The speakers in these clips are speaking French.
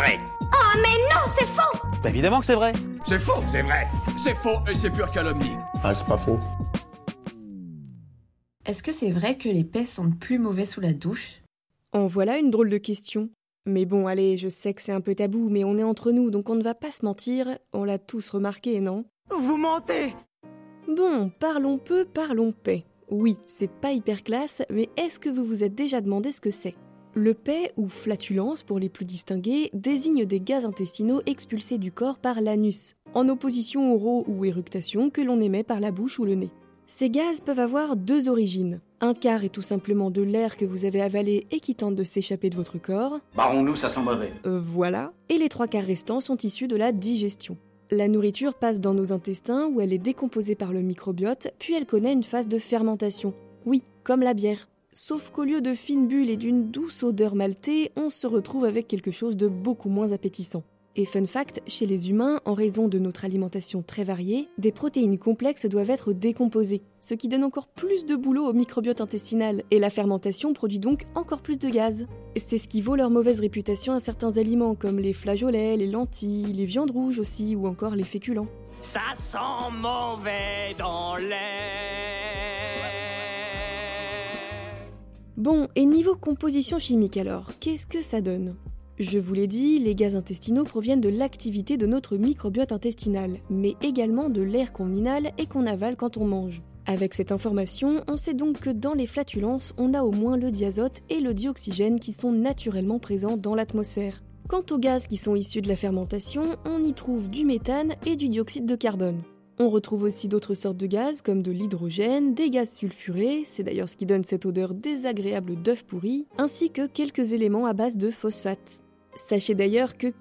vrai. Oh mais non, c'est faux! Bah évidemment que c'est vrai. C'est faux, c'est vrai. C'est faux et c'est pure calomnie. Ah, c'est pas faux. Est-ce que c'est vrai que les paix sont plus mauvais sous la douche ? En voilà une drôle de question. Mais bon, allez, je sais que c'est un peu tabou, mais on est entre nous, donc on ne va pas se mentir. On l'a tous remarqué, non ? Vous mentez! Bon, parlons peu, parlons paix. Oui, c'est pas hyper classe, mais est-ce que vous vous êtes déjà demandé ce que c'est ? Le paix, ou flatulence pour les plus distingués, désigne des gaz intestinaux expulsés du corps par l'anus, en opposition au rot ou éructation que l'on émet par la bouche ou le nez. Ces gaz peuvent avoir deux origines. Un quart est tout simplement de l'air que vous avez avalé et qui tente de s'échapper de votre corps. Barrons-nous, ça sent mauvais. Voilà. Et les trois quarts restants sont issus de la digestion. La nourriture passe dans nos intestins où elle est décomposée par le microbiote, puis elle connaît une phase de fermentation. Oui, comme la bière. Sauf qu'au lieu de fines bulles et d'une douce odeur maltée, on se retrouve avec quelque chose de beaucoup moins appétissant. Et fun fact, chez les humains, en raison de notre alimentation très variée, des protéines complexes doivent être décomposées, ce qui donne encore plus de boulot au microbiote intestinal, et la fermentation produit donc encore plus de gaz. C'est ce qui vaut leur mauvaise réputation à certains aliments, comme les flageolets, les lentilles, les viandes rouges aussi, ou encore les féculents. Ça sent mauvais dans l'air. Bon, et niveau composition chimique alors, qu'est-ce que ça donne ? Je vous l'ai dit, les gaz intestinaux proviennent de l'activité de notre microbiote intestinal, mais également de l'air qu'on inhale et qu'on avale quand on mange. Avec cette information, on sait donc que dans les flatulences, on a au moins le diazote et le dioxygène qui sont naturellement présents dans l'atmosphère. Quant aux gaz qui sont issus de la fermentation, on y trouve du méthane et du dioxyde de carbone. On retrouve aussi d'autres sortes de gaz comme de l'hydrogène, des gaz sulfurés, c'est d'ailleurs ce qui donne cette odeur désagréable d'œuf pourri, ainsi que quelques éléments à base de phosphate. Sachez d'ailleurs que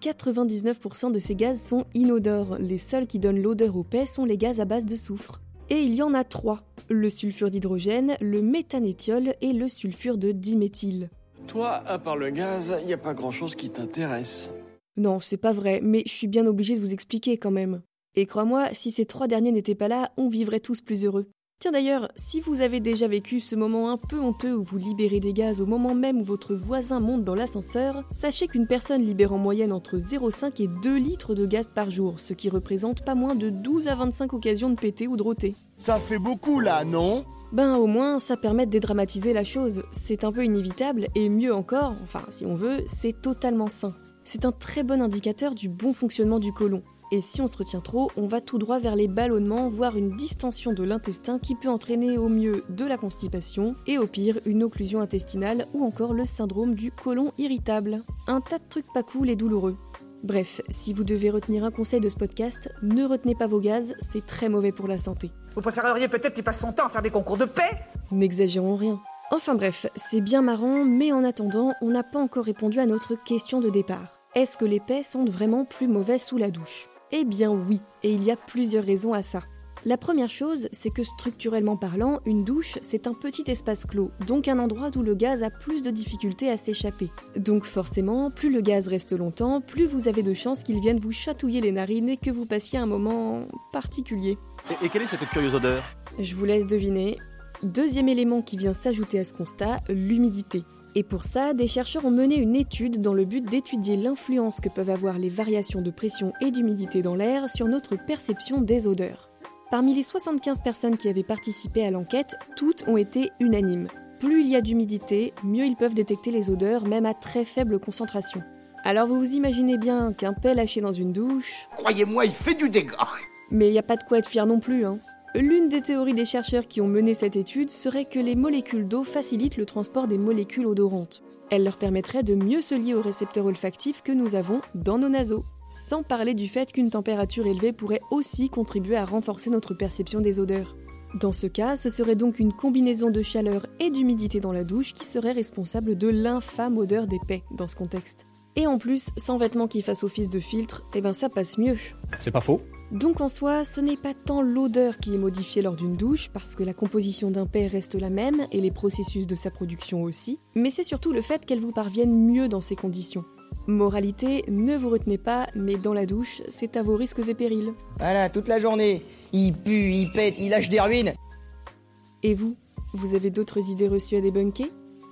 99% de ces gaz sont inodores, les seuls qui donnent l'odeur au paix sont les gaz à base de soufre. Et il y en a trois, le sulfure d'hydrogène, le méthanéthiol et le sulfure de diméthyle. Toi, à part le gaz, y a pas grand-chose qui t'intéresse. Non, c'est pas vrai, mais je suis bien obligée de vous expliquer quand même. Et crois-moi, si ces trois derniers n'étaient pas là, on vivrait tous plus heureux. Tiens d'ailleurs, si vous avez déjà vécu ce moment un peu honteux où vous libérez des gaz au moment même où votre voisin monte dans l'ascenseur, sachez qu'une personne libère en moyenne entre 0,5 et 2 litres de gaz par jour, ce qui représente pas moins de 12 à 25 occasions de péter ou de rôter. Ça fait beaucoup là, non ? Ben au moins, ça permet de dédramatiser la chose. C'est un peu inévitable, et mieux encore, enfin si on veut, c'est totalement sain. C'est un très bon indicateur du bon fonctionnement du côlon. Et si on se retient trop, on va tout droit vers les ballonnements, voire une distension de l'intestin qui peut entraîner au mieux de la constipation et au pire une occlusion intestinale ou encore le syndrome du côlon irritable. Un tas de trucs pas cool et douloureux. Bref, si vous devez retenir un conseil de ce podcast, ne retenez pas vos gaz, c'est très mauvais pour la santé. Vous préféreriez peut-être qu'il passe son temps à faire des concours de paix ? N'exagérons rien. Enfin bref, c'est bien marrant, mais en attendant, on n'a pas encore répondu à notre question de départ. Est-ce que les paix sont vraiment plus mauvais sous la douche ? Eh bien oui, et il y a plusieurs raisons à ça. La première chose, c'est que structurellement parlant, une douche, c'est un petit espace clos, donc un endroit où le gaz a plus de difficultés à s'échapper. Donc forcément, plus le gaz reste longtemps, plus vous avez de chances qu'il vienne vous chatouiller les narines et que vous passiez un moment particulier. Et quelle est cette curieuse odeur ? Je vous laisse deviner. Deuxième élément qui vient s'ajouter à ce constat, l'humidité. Et pour ça, des chercheurs ont mené une étude dans le but d'étudier l'influence que peuvent avoir les variations de pression et d'humidité dans l'air sur notre perception des odeurs. Parmi les 75 personnes qui avaient participé à l'enquête, toutes ont été unanimes. Plus il y a d'humidité, mieux ils peuvent détecter les odeurs, même à très faible concentration. Alors vous vous imaginez bien qu'un paix lâché dans une douche... Croyez-moi, il fait du dégât. Mais il n'y a pas de quoi être fier non plus, hein. L'une des théories des chercheurs qui ont mené cette étude serait que les molécules d'eau facilitent le transport des molécules odorantes. Elles leur permettraient de mieux se lier aux récepteurs olfactifs que nous avons dans nos naseaux. Sans parler du fait qu'une température élevée pourrait aussi contribuer à renforcer notre perception des odeurs. Dans ce cas, ce serait donc une combinaison de chaleur et d'humidité dans la douche qui serait responsable de l'infâme odeur des paix dans ce contexte. Et en plus, sans vêtements qui fassent office de filtre, ça passe mieux. C'est pas faux. Donc en soi, ce n'est pas tant l'odeur qui est modifiée lors d'une douche, parce que la composition d'un paix reste la même, et les processus de sa production aussi, mais c'est surtout le fait qu'elle vous parvienne mieux dans ces conditions. Moralité, ne vous retenez pas, mais dans la douche, c'est à vos risques et périls. Voilà, toute la journée, il pue, il pète, il lâche des ruines. Et vous avez d'autres idées reçues à débunker ?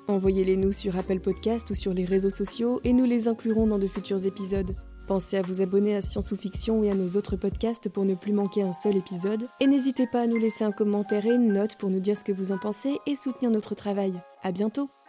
Envoyez-les nous sur Apple Podcast ou sur les réseaux sociaux et nous les inclurons dans de futurs épisodes. Pensez à vous abonner à Science ou Fiction et à nos autres podcasts pour ne plus manquer un seul épisode. Et n'hésitez pas à nous laisser un commentaire et une note pour nous dire ce que vous en pensez et soutenir notre travail. À bientôt!